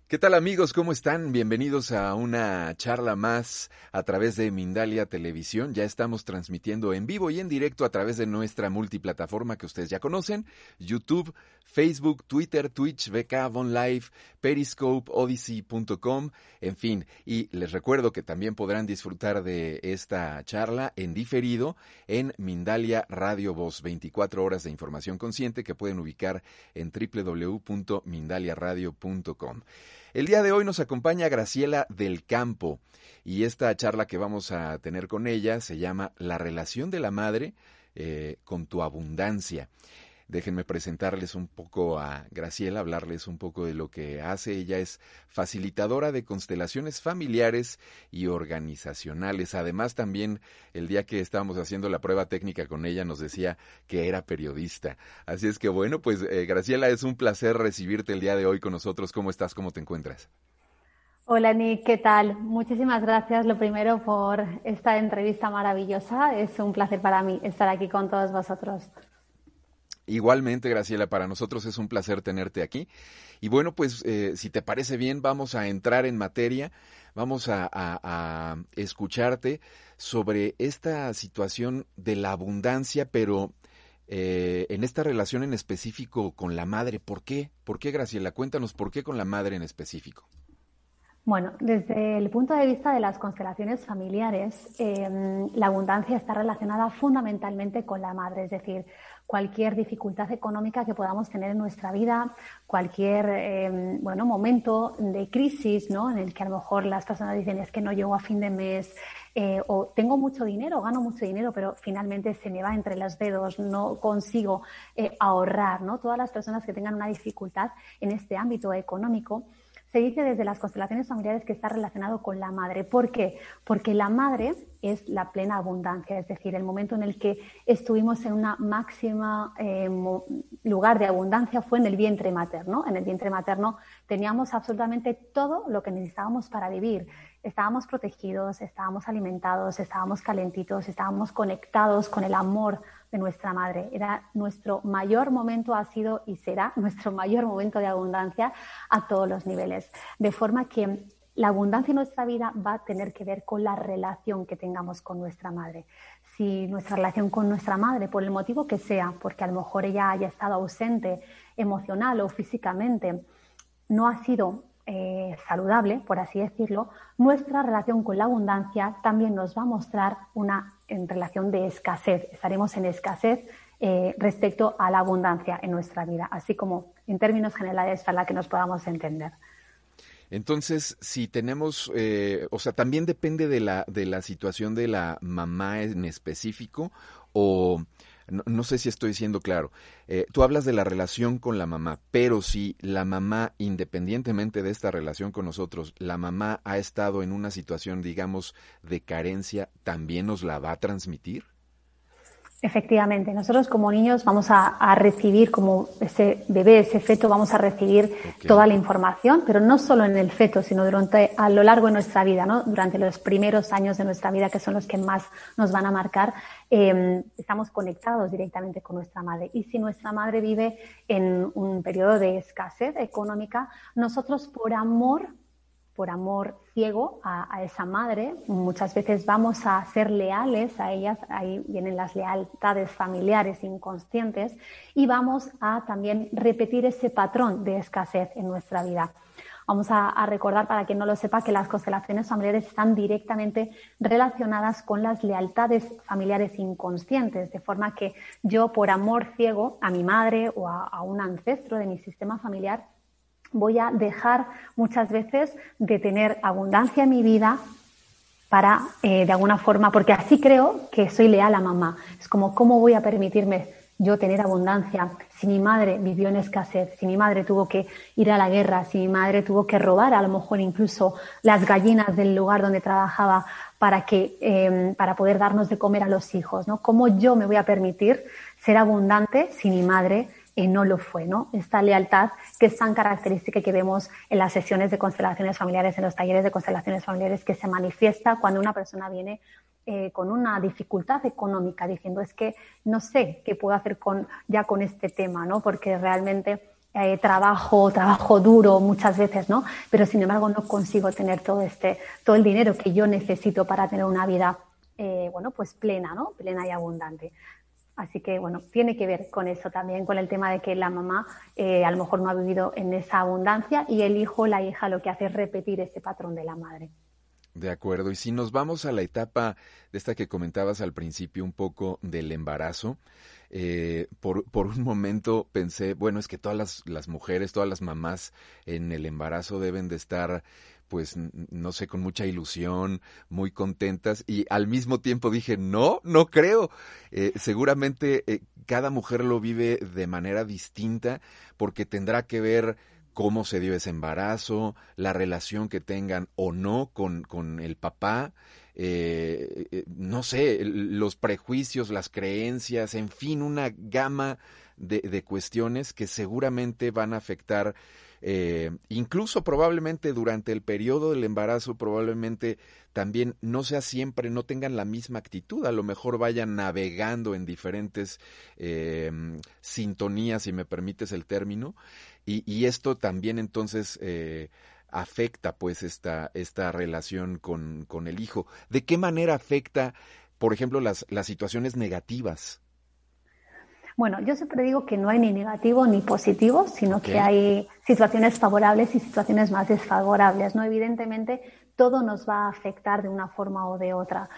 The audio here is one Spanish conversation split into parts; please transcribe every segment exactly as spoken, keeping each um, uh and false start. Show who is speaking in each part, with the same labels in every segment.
Speaker 1: ¿Qué tal amigos? ¿Cómo están? Bienvenidos a una charla más a través de Mindalia Televisión. Ya estamos transmitiendo en vivo y en directo a través de nuestra multiplataforma que ustedes ya conocen, YouTube, Facebook, Twitter, Twitch, V K, Von Live, Periscope, Odyssey punto com, en fin. Y les recuerdo que también podrán disfrutar de esta charla en diferido en Mindalia Radio Voz, veinticuatro horas de información consciente que pueden ubicar en doble u doble u doble u punto mindalia radio punto com. El día de hoy nos acompaña Graciela del Campo y esta charla que vamos a tener con ella se llama La relación de la madre eh, con tu abundancia. Déjenme presentarles un poco a Graciela, hablarles un poco de lo que hace. Ella es facilitadora de constelaciones familiares y organizacionales. Además, también el día que estábamos haciendo la prueba técnica con ella nos decía que era periodista. Así es que bueno, pues eh, Graciela, es un placer recibirte el día de hoy con nosotros. ¿Cómo estás? ¿Cómo te encuentras?
Speaker 2: Hola Nick, ¿qué tal? Muchísimas gracias, lo primero, por esta entrevista maravillosa. Es un placer para mí estar aquí con todos vosotros.
Speaker 1: Igualmente, Graciela, para nosotros es un placer tenerte aquí. Y bueno, pues eh, si te parece bien, vamos a entrar en materia, vamos a, a, a escucharte sobre esta situación de la abundancia, pero eh, en esta relación en específico con la madre. ¿Por qué? ¿Por qué, Graciela? Cuéntanos, ¿por qué con la madre en específico?
Speaker 2: Bueno, desde el punto de vista de las constelaciones familiares, eh, la abundancia está relacionada fundamentalmente con la madre, es decir, cualquier dificultad económica que podamos tener en nuestra vida, cualquier eh, bueno, momento de crisis, ¿no?, en el que a lo mejor las personas dicen es que no llego a fin de mes, eh, o tengo mucho dinero, gano mucho dinero, pero finalmente se me va entre los dedos, no consigo eh, ahorrar, ¿no? Todas las personas que tengan una dificultad en este ámbito económico, se dice desde las constelaciones familiares que está relacionado con la madre. ¿Por qué? Porque la madre es la plena abundancia, es decir, el momento en el que estuvimos en una máxima eh, lugar de abundancia fue en el vientre materno. En el vientre materno teníamos absolutamente todo lo que necesitábamos para vivir. Estábamos protegidos, estábamos alimentados, estábamos calentitos, estábamos conectados con el amor de nuestra madre. Era nuestro mayor momento, ha sido y será nuestro mayor momento de abundancia a todos los niveles. De forma que la abundancia en nuestra vida va a tener que ver con la relación que tengamos con nuestra madre. Si nuestra relación con nuestra madre, por el motivo que sea, porque a lo mejor ella haya estado ausente emocional o físicamente, no ha sido eh, saludable, por así decirlo, nuestra relación con la abundancia también nos va a mostrar una en relación de escasez. Estaremos en escasez eh, respecto a la abundancia en nuestra vida, así como en términos generales para que nos podamos entender.
Speaker 1: Entonces, si tenemos, eh, o sea, también depende de la de la situación de la mamá en específico, o no, no sé si estoy siendo claro. Eh, tú hablas de la relación con la mamá, pero si la mamá, independientemente de esta relación con nosotros, la mamá ha estado en una situación, digamos, de carencia, ¿también nos la va a transmitir?
Speaker 2: Efectivamente, nosotros como niños vamos a, a recibir, como ese bebé, ese feto, vamos a recibir okay. toda la información, pero no solo en el feto, sino durante a lo largo de nuestra vida, ¿no? Durante los primeros años de nuestra vida, que son los que más nos van a marcar, eh, estamos conectados directamente con nuestra madre. Y si nuestra madre vive en un periodo de escasez económica, nosotros por amor por amor ciego a, a esa madre, muchas veces vamos a ser leales a ellas, ahí vienen las lealtades familiares inconscientes, y vamos a también repetir ese patrón de escasez en nuestra vida. Vamos a, a recordar, para quien no lo sepa, que las constelaciones familiares están directamente relacionadas con las lealtades familiares inconscientes, de forma que yo, por amor ciego a mi madre o a, a un ancestro de mi sistema familiar, voy a dejar muchas veces de tener abundancia en mi vida para, eh, de alguna forma, porque así creo que soy leal a mamá. Es como, ¿cómo voy a permitirme yo tener abundancia si mi madre vivió en escasez, si mi madre tuvo que ir a la guerra, si mi madre tuvo que robar a lo mejor incluso las gallinas del lugar donde trabajaba para, que, eh, para poder darnos de comer a los hijos, ¿no? ¿Cómo yo me voy a permitir ser abundante si mi madre Eh, no lo fue, ¿no? Esta lealtad que es tan característica que vemos en las sesiones de constelaciones familiares, en los talleres de constelaciones familiares, que se manifiesta cuando una persona viene eh, con una dificultad económica, diciendo es que no sé qué puedo hacer con, ya con este tema, ¿no? Porque realmente eh, trabajo, trabajo duro muchas veces, ¿no? Pero sin embargo no consigo tener todo este, todo el dinero que yo necesito para tener una vida, eh, bueno, pues plena, ¿no? Plena y abundante. Así que, bueno, tiene que ver con eso también, con el tema de que la mamá eh, a lo mejor no ha vivido en esa abundancia y el hijo, la hija, lo que hace es repetir ese patrón de la madre.
Speaker 1: De acuerdo. Y si nos vamos a la etapa de esta que comentabas al principio un poco del embarazo, eh, por, por un momento pensé, bueno, es que todas las, las mujeres, todas las mamás en el embarazo deben de estar, pues, no sé, con mucha ilusión, muy contentas, y al mismo tiempo dije, no, no creo. Eh, seguramente eh, cada mujer lo vive de manera distinta porque tendrá que ver cómo se dio ese embarazo, la relación que tengan o no con, con el papá, eh, eh, no sé, los prejuicios, las creencias, en fin, una gama de, de cuestiones que seguramente van a afectar, eh, incluso probablemente durante el periodo del embarazo, probablemente también no sea siempre, no tengan la misma actitud, a lo mejor vayan navegando en diferentes eh, sintonías, si me permites el término, y, y esto también entonces eh, afecta pues esta, esta relación con, con el hijo. ¿De qué manera afecta, por ejemplo, las, las situaciones negativas?
Speaker 2: Bueno, yo siempre digo que no hay ni negativo ni positivo, sino
Speaker 1: Okay.
Speaker 2: que hay situaciones favorables y situaciones más desfavorables, ¿no? Evidentemente, todo nos va a afectar de una forma o de otra.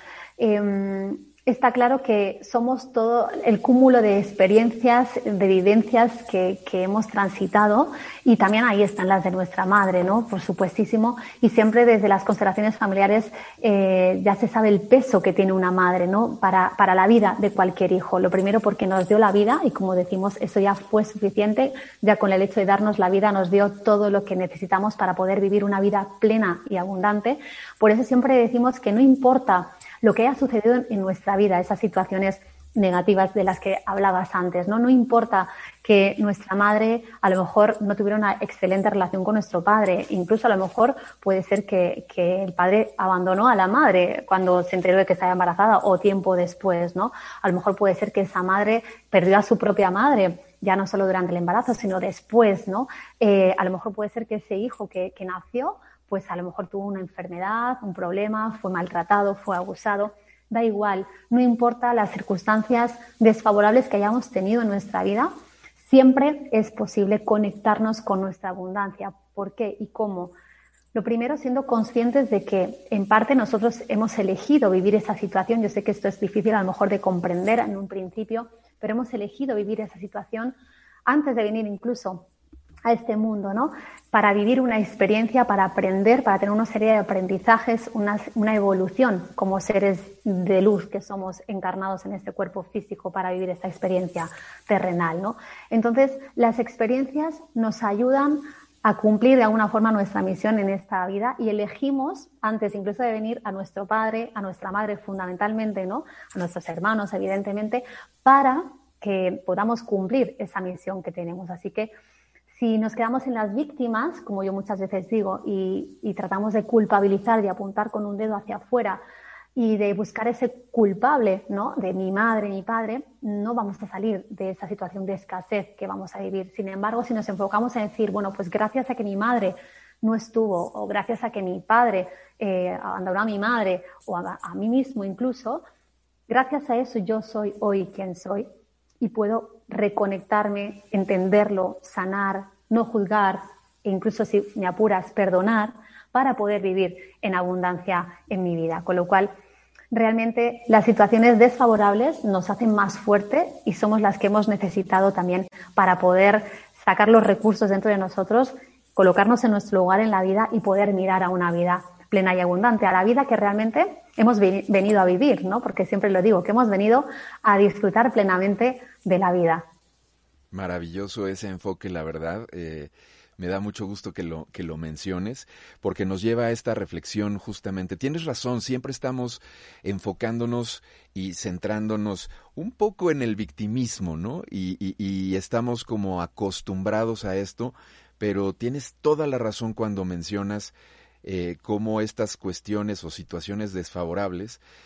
Speaker 2: Eh, está claro que somos todo el cúmulo de experiencias, de vivencias que, que hemos transitado, y también ahí están las de nuestra madre, ¿no? Por supuestísimo, y siempre desde las constelaciones familiares eh, ya se sabe el peso que tiene una madre, ¿no? Para, para la vida de cualquier hijo. Lo primero porque nos dio la vida y, como decimos, eso ya fue suficiente. Ya con el hecho de darnos la vida nos dio todo lo que necesitamos para poder vivir una vida plena y abundante. Por eso siempre decimos que no importa lo que haya sucedido en nuestra vida, esas situaciones negativas de las que hablabas antes, ¿no? No importa que nuestra madre a lo mejor no tuviera una excelente relación con nuestro padre, incluso a lo mejor puede ser que, que el padre abandonó a la madre cuando se enteró de que estaba embarazada o tiempo después, ¿no? A lo mejor puede ser que esa madre perdió a su propia madre, ya no solo durante el embarazo, sino después, ¿no? Eh, a lo mejor puede ser que ese hijo que, que nació, pues a lo mejor tuvo una enfermedad, un problema, fue maltratado, fue abusado. Da igual, no importa las circunstancias desfavorables que hayamos tenido en nuestra vida, siempre es posible conectarnos con nuestra abundancia. ¿Por qué y cómo? Lo primero, siendo conscientes de que en parte nosotros hemos elegido vivir esa situación. Yo sé que esto es difícil a lo mejor de comprender en un principio, pero hemos elegido vivir esa situación antes de venir incluso a este mundo, ¿no? Para vivir una experiencia, para aprender, para tener una serie de aprendizajes, una, una evolución como seres de luz que somos encarnados en este cuerpo físico para vivir esta experiencia terrenal, ¿no? Entonces, las experiencias nos ayudan a cumplir de alguna forma nuestra misión en esta vida, y elegimos, antes incluso de venir, a nuestro padre, a nuestra madre fundamentalmente, ¿no? A nuestros hermanos, evidentemente, para que podamos cumplir esa misión que tenemos. Así que si nos quedamos en las víctimas, como yo muchas veces digo, y, y tratamos de culpabilizar, de apuntar con un dedo hacia afuera y de buscar ese culpable, ¿no? De mi madre, mi padre, no vamos a salir de esa situación de escasez que vamos a vivir. Sin embargo, si nos enfocamos en decir, bueno, pues gracias a que mi madre no estuvo, o gracias a que mi padre eh, abandonó a mi madre, o a, a mí mismo incluso, gracias a eso yo soy hoy quien soy, y puedo reconectarme, entenderlo, sanar, no juzgar e incluso, si me apuras, perdonar, para poder vivir en abundancia en mi vida. Con lo cual, realmente las situaciones desfavorables nos hacen más fuertes y somos las que hemos necesitado también para poder sacar los recursos dentro de nosotros, colocarnos en nuestro lugar en la vida y poder mirar a una vida plena y abundante, a la vida que realmente hemos venido a vivir, ¿no? Porque siempre lo digo, que hemos venido a disfrutar plenamente de la vida.
Speaker 1: Maravilloso ese enfoque, la verdad. Eh, me da mucho gusto que lo, que lo menciones, porque nos lleva a esta reflexión justamente. Tienes razón, siempre estamos enfocándonos y centrándonos un poco en el victimismo, ¿no? Y, y, y estamos como acostumbrados a esto, pero tienes toda la razón cuando mencionas Eh, cómo estas cuestiones o situaciones desfavorables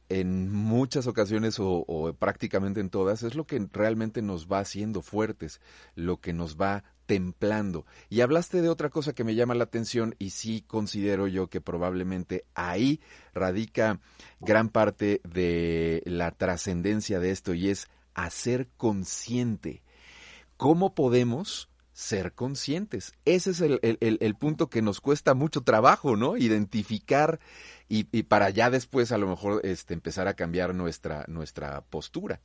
Speaker 1: en muchas ocasiones o, o prácticamente en todas, es lo que realmente nos va haciendo fuertes, lo que nos va templando. Y hablaste de otra cosa que me llama la atención y sí considero yo que probablemente ahí radica gran parte de la trascendencia de esto y es hacer consciente. ¿Cómo podemos ser conscientes? Ese es el, el, el punto que nos cuesta mucho trabajo, ¿no? Identificar y, y para ya después a lo mejor este, empezar a cambiar nuestra, nuestra postura.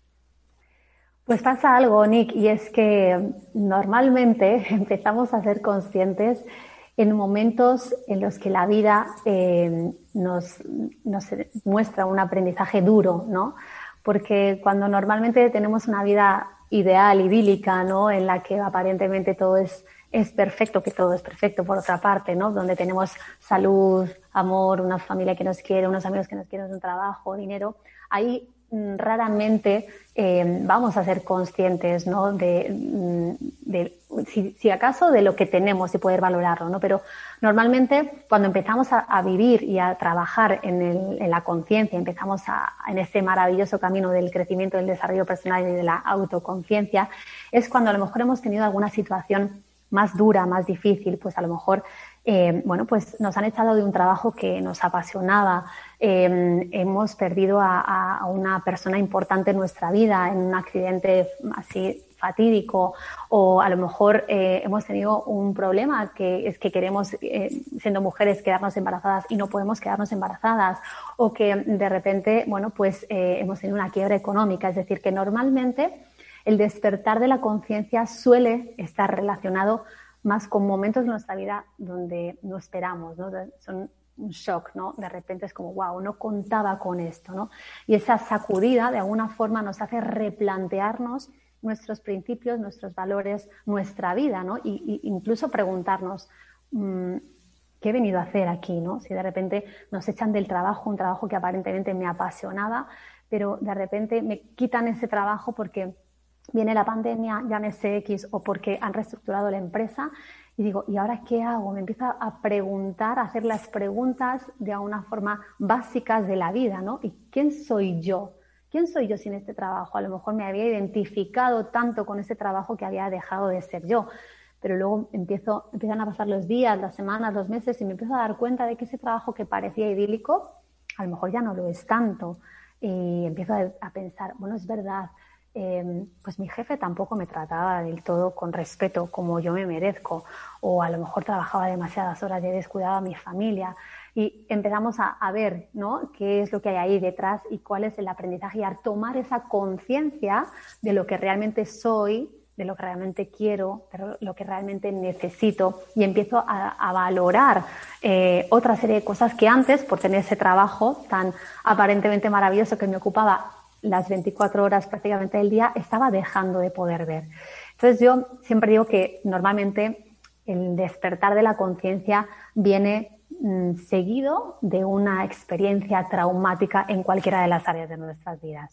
Speaker 2: Pues pasa algo, Nick, y es que normalmente empezamos a ser conscientes en momentos en los que la vida eh, nos, nos muestra un aprendizaje duro, ¿no? Porque cuando normalmente tenemos una vida ideal, idílica, ¿no? En la que aparentemente todo es, es perfecto, que todo es perfecto por otra parte, ¿no? Donde tenemos salud, amor, una familia que nos quiere, unos amigos que nos quieren, un trabajo, dinero, ahí raramente eh, vamos a ser conscientes, ¿no? De, de si, si acaso de lo que tenemos y poder valorarlo, ¿no? Pero normalmente cuando empezamos a, a vivir y a trabajar en, el, en la conciencia, empezamos a, en este maravilloso camino del crecimiento, del desarrollo personal y de la autoconciencia, es cuando a lo mejor hemos tenido alguna situación más dura, más difícil, pues a lo mejor Eh, bueno, pues nos han echado de un trabajo que nos apasionaba, eh, hemos perdido a, a una persona importante en nuestra vida en un accidente así fatídico, o a lo mejor eh, hemos tenido un problema que es que queremos, eh, siendo mujeres, quedarnos embarazadas y no podemos quedarnos embarazadas, o que de repente, bueno, pues eh, hemos tenido una quiebra económica. Es decir, que normalmente el despertar de la conciencia suele estar relacionado más con momentos de nuestra vida donde no esperamos, ¿no? Son un shock, ¿no? De repente es como, wow, no contaba con esto, ¿no? Y esa sacudida, de alguna forma, nos hace replantearnos nuestros principios, nuestros valores, nuestra vida, ¿no? Y, y incluso preguntarnos, mmm, ¿qué he venido a hacer aquí, ¿no? Si de repente nos echan del trabajo, un trabajo que aparentemente me apasionaba, pero de repente me quitan ese trabajo porque viene la pandemia, llámese X, o porque han reestructurado la empresa, y digo, ¿y ahora qué hago? Me empiezo a preguntar, a hacer las preguntas de alguna forma básicas de la vida, ¿no? ¿Y quién soy yo? ¿Quién soy yo sin este trabajo? A lo mejor me había identificado tanto con ese trabajo que había dejado de ser yo, pero luego empiezo, empiezan a pasar los días, las semanas, los meses, y me empiezo a dar cuenta de que ese trabajo que parecía idílico, a lo mejor ya no lo es tanto, y empiezo a, a pensar, bueno, es verdad, Eh, pues mi jefe tampoco me trataba del todo con respeto como yo me merezco, o a lo mejor trabajaba demasiadas horas y he descuidado a mi familia, y empezamos a, a ver, ¿no? Qué es lo que hay ahí detrás y cuál es el aprendizaje, y a tomar esa conciencia de lo que realmente soy, de lo que realmente quiero, de lo que realmente necesito, y empiezo a, a valorar eh, otra serie de cosas que antes, por tener ese trabajo tan aparentemente maravilloso que me ocupaba las veinticuatro horas prácticamente del día, estaba dejando de poder ver. Entonces yo siempre digo que normalmente el despertar de la conciencia viene mmm, seguido de una experiencia traumática en cualquiera de las áreas de nuestras vidas.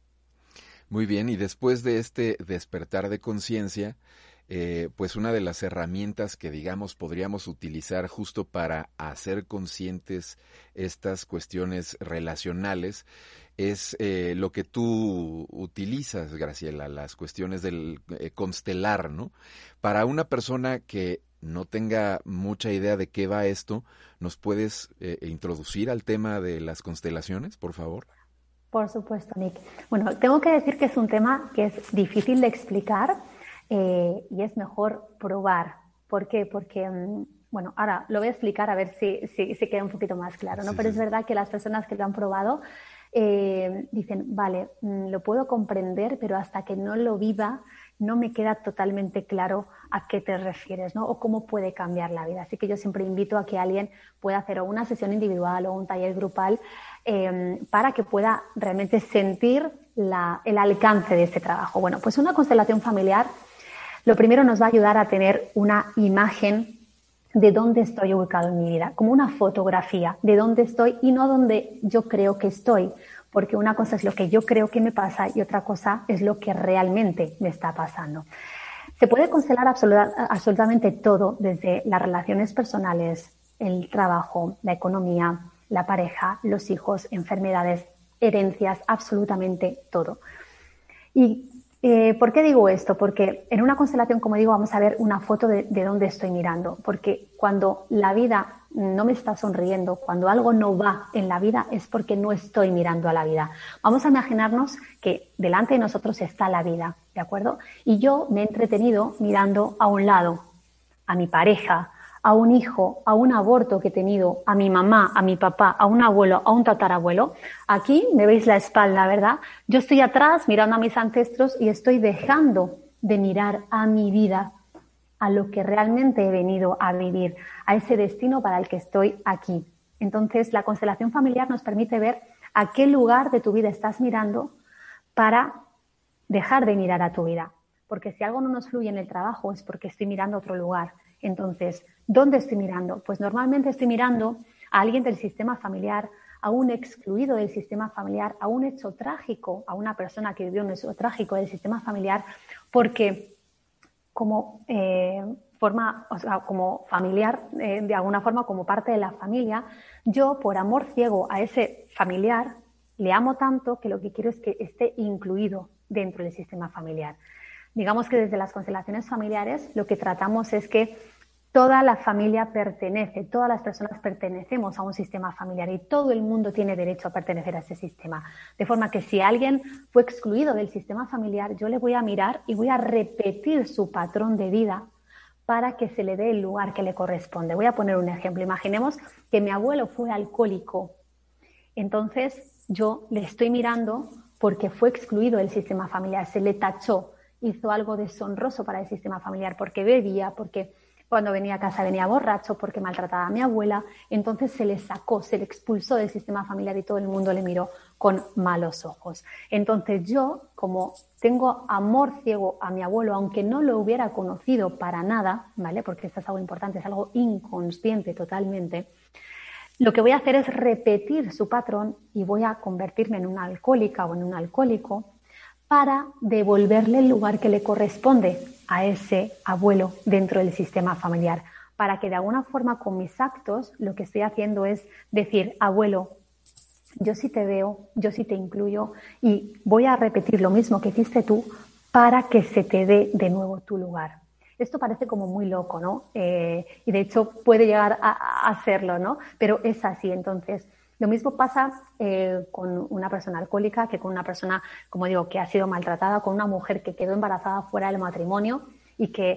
Speaker 1: Muy bien, y después de este despertar de conciencia, eh, pues una de las herramientas que digamos podríamos utilizar justo para hacer conscientes estas cuestiones relacionales es eh, lo que tú utilizas, Graciela, las cuestiones del eh, constelar, ¿no? Para una persona que no tenga mucha idea de qué va esto, ¿nos puedes eh, introducir al tema de las constelaciones, por favor?
Speaker 2: Por supuesto, Nick. Bueno, tengo que decir que es un tema que es difícil de explicar eh, y es mejor probar. ¿Por qué? Porque, bueno, ahora lo voy a explicar a ver si, si, si queda un poquito más claro, ¿no? Sí, Pero sí. Es verdad que las personas que lo han probado eh, dicen, vale, lo puedo comprender, pero hasta que no lo viva no me queda totalmente claro a qué te refieres, ¿no? O cómo puede cambiar la vida. Así que yo siempre invito a que alguien pueda hacer o una sesión individual o un taller grupal eh, para que pueda realmente sentir la, el alcance de este trabajo. Bueno, pues una constelación familiar, lo primero nos va a ayudar a tener una imagen de dónde estoy ubicado en mi vida, como una fotografía de dónde estoy y no dónde yo creo que estoy, porque una cosa es lo que yo creo que me pasa y otra cosa es lo que realmente me está pasando. Se puede constelar absoluta, absolutamente todo, desde las relaciones personales, el trabajo, la economía, la pareja, los hijos, enfermedades, herencias, absolutamente todo. Y Eh, ¿por qué digo esto? Porque en una constelación, como digo, vamos a ver una foto de, de dónde estoy mirando. Porque cuando la vida no me está sonriendo, cuando algo no va en la vida, es porque no estoy mirando a la vida. Vamos a imaginarnos que delante de nosotros está la vida, ¿de acuerdo? Y yo me he entretenido mirando a un lado, a mi pareja, a un hijo, a un aborto que he tenido, a mi mamá, a mi papá, a un abuelo, a un tatarabuelo. Aquí me veis la espalda, ¿verdad? Yo estoy atrás mirando a mis ancestros y estoy dejando de mirar a mi vida, a lo que realmente he venido a vivir, a ese destino para el que estoy aquí. Entonces, la constelación familiar nos permite ver a qué lugar de tu vida estás mirando para dejar de mirar a tu vida. Porque si algo no nos fluye en el trabajo es porque estoy mirando a otro lugar. Entonces, ¿dónde estoy mirando? Pues normalmente estoy mirando a alguien del sistema familiar, a un excluido del sistema familiar, a un hecho trágico, a una persona que vivió un hecho trágico del sistema familiar, porque como eh, forma, o sea, como familiar, eh, de alguna forma como parte de la familia, yo por amor ciego a ese familiar le amo tanto que lo que quiero es que esté incluido dentro del sistema familiar. Digamos que desde las constelaciones familiares lo que tratamos es que toda la familia pertenece, todas las personas pertenecemos a un sistema familiar y todo el mundo tiene derecho a pertenecer a ese sistema. De forma que si alguien fue excluido del sistema familiar, yo le voy a mirar y voy a repetir su patrón de vida para que se le dé el lugar que le corresponde. Voy a poner un ejemplo. Imaginemos que mi abuelo fue alcohólico. Entonces yo le estoy mirando porque fue excluido del sistema familiar, se le tachó, hizo algo deshonroso para el sistema familiar porque bebía, porque cuando venía a casa venía borracho, porque maltrataba a mi abuela. Entonces se le sacó, se le expulsó del sistema familiar y todo el mundo le miró con malos ojos. Entonces yo, como tengo amor ciego a mi abuelo, aunque no lo hubiera conocido para nada, ¿vale? Porque esto es algo importante, es algo inconsciente totalmente. Lo que voy a hacer es repetir su patrón y voy a convertirme en una alcohólica o en un alcohólico para devolverle el lugar que le corresponde a ese abuelo dentro del sistema familiar, para que de alguna forma con mis actos lo que estoy haciendo es decir, abuelo, yo sí te veo, yo sí te incluyo y voy a repetir lo mismo que hiciste tú para que se te dé de nuevo tu lugar. Esto parece como muy loco, ¿no? Eh, y de hecho puede llegar a, a serlo, ¿no? Pero es así. Entonces, lo mismo pasa eh, con una persona alcohólica que con una persona, como digo, que ha sido maltratada, con una mujer que quedó embarazada fuera del matrimonio y que,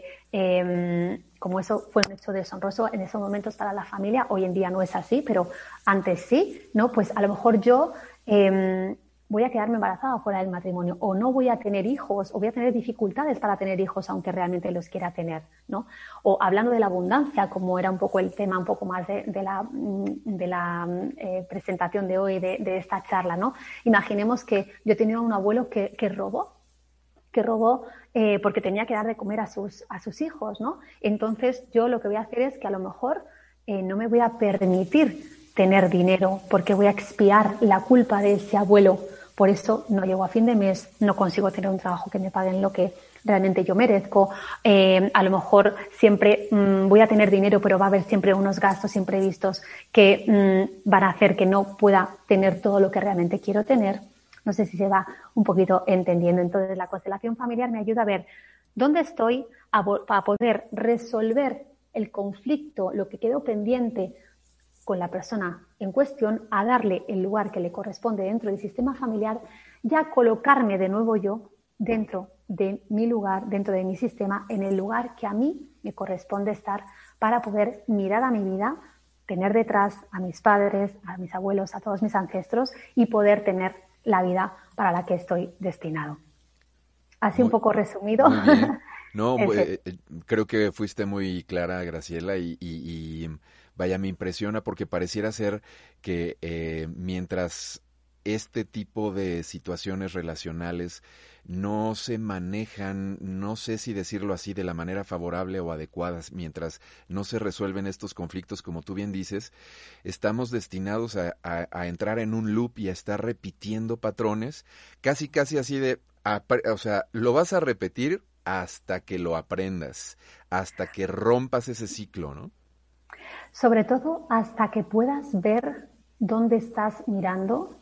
Speaker 2: eh, como eso fue un hecho deshonroso en esos momentos para la familia, hoy en día no es así, pero antes sí, ¿no? Pues a lo mejor yo eh, voy a quedarme embarazada fuera del matrimonio o no voy a tener hijos o voy a tener dificultades para tener hijos aunque realmente los quiera tener, ¿no? O hablando de la abundancia, como era un poco el tema un poco más de, de la, de la eh, presentación de hoy, de, de esta charla, ¿no? Imaginemos que yo tenía un abuelo que, que robó, que robó eh, porque tenía que dar de comer a sus, a sus hijos, ¿no? Entonces yo lo que voy a hacer es que a lo mejor eh, no me voy a permitir tener dinero porque voy a expiar la culpa de ese abuelo. Por eso no llego a fin de mes, no consigo tener un trabajo que me paguen lo que realmente yo merezco. Eh, a lo mejor siempre mmm, voy a tener dinero, pero va a haber siempre unos gastos imprevistos que mmm, van a hacer que no pueda tener todo lo que realmente quiero tener. No sé si se va un poquito entendiendo. Entonces, la constelación familiar me ayuda a ver dónde estoy a, a poder resolver el conflicto, lo que quedó pendiente con la persona en cuestión, a darle el lugar que le corresponde dentro del sistema familiar y a colocarme de nuevo yo dentro de mi lugar, dentro de mi sistema, en el lugar que a mí me corresponde estar para poder mirar a mi vida, tener detrás a mis padres, a mis abuelos, a todos mis ancestros y poder tener la vida para la que estoy destinado. Así muy, un poco resumido.
Speaker 1: Muy bien. No, eh, creo que fuiste muy clara, Graciela, y, y, y vaya, me impresiona porque pareciera ser que eh, mientras este tipo de situaciones relacionales no se manejan, no sé si decirlo así, de la manera favorable o adecuada, mientras no se resuelven estos conflictos, como tú bien dices, estamos destinados a, a, a entrar en un loop y a estar repitiendo patrones, casi casi así de, a, o sea, lo vas a repetir hasta que lo aprendas, hasta que rompas ese ciclo, ¿no?
Speaker 2: Sobre todo hasta que puedas ver dónde estás mirando,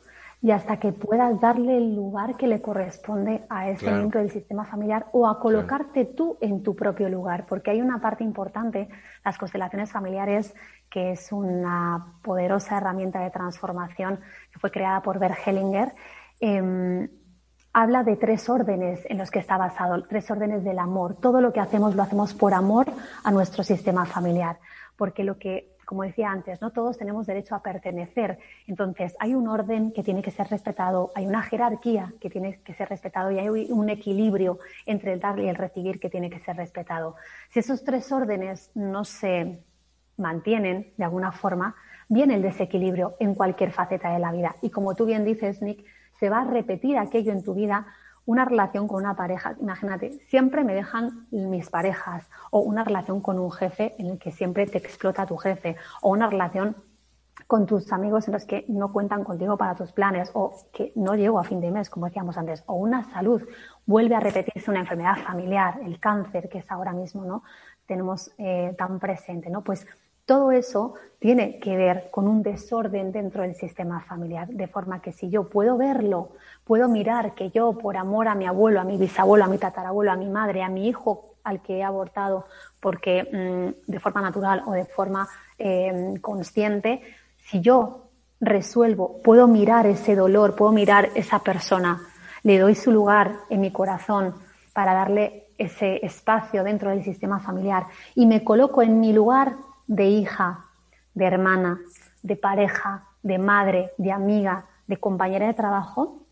Speaker 2: y hasta que puedas darle el lugar que le corresponde a ese
Speaker 1: Claro.
Speaker 2: miembro del sistema familiar o a colocarte
Speaker 1: Claro.
Speaker 2: tú en tu propio lugar, porque hay una parte importante, las constelaciones familiares, que es una poderosa herramienta de transformación que fue creada por Bert Hellinger. Eh, habla de tres órdenes en los que está basado, tres órdenes del amor. Todo lo que hacemos lo hacemos por amor a nuestro sistema familiar, porque lo que, como decía antes, no todos tenemos derecho a pertenecer. Entonces, hay un orden que tiene que ser respetado, hay una jerarquía que tiene que ser respetado y hay un equilibrio entre el dar y el recibir que tiene que ser respetado. Si esos tres órdenes no se mantienen de alguna forma, viene el desequilibrio en cualquier faceta de la vida. Y como tú bien dices, Nick, se va a repetir aquello en tu vida, una relación con una pareja. Imagínate, siempre me dejan mis parejas, o una relación con un jefe en el que siempre te explota tu jefe, o una relación con tus amigos en los que no cuentan contigo para tus planes, o que no llego a fin de mes, como decíamos antes, o una salud. Vuelve a repetirse una enfermedad familiar, el cáncer, que es ahora mismo, ¿no?, tenemos eh, tan presente, ¿no? Pues todo eso tiene que ver con un desorden dentro del sistema familiar, de forma que si yo puedo verlo, puedo mirar que yo, por amor a mi abuelo, a mi bisabuelo, a mi tatarabuelo, a mi madre, a mi hijo al que he abortado, porque mmm, de forma natural o de forma eh, consciente, si yo resuelvo, puedo mirar ese dolor, puedo mirar esa persona, le doy su lugar en mi corazón para darle ese espacio dentro del sistema familiar y me coloco en mi lugar de hija, de hermana, de pareja, de madre, de amiga, de compañera de trabajo,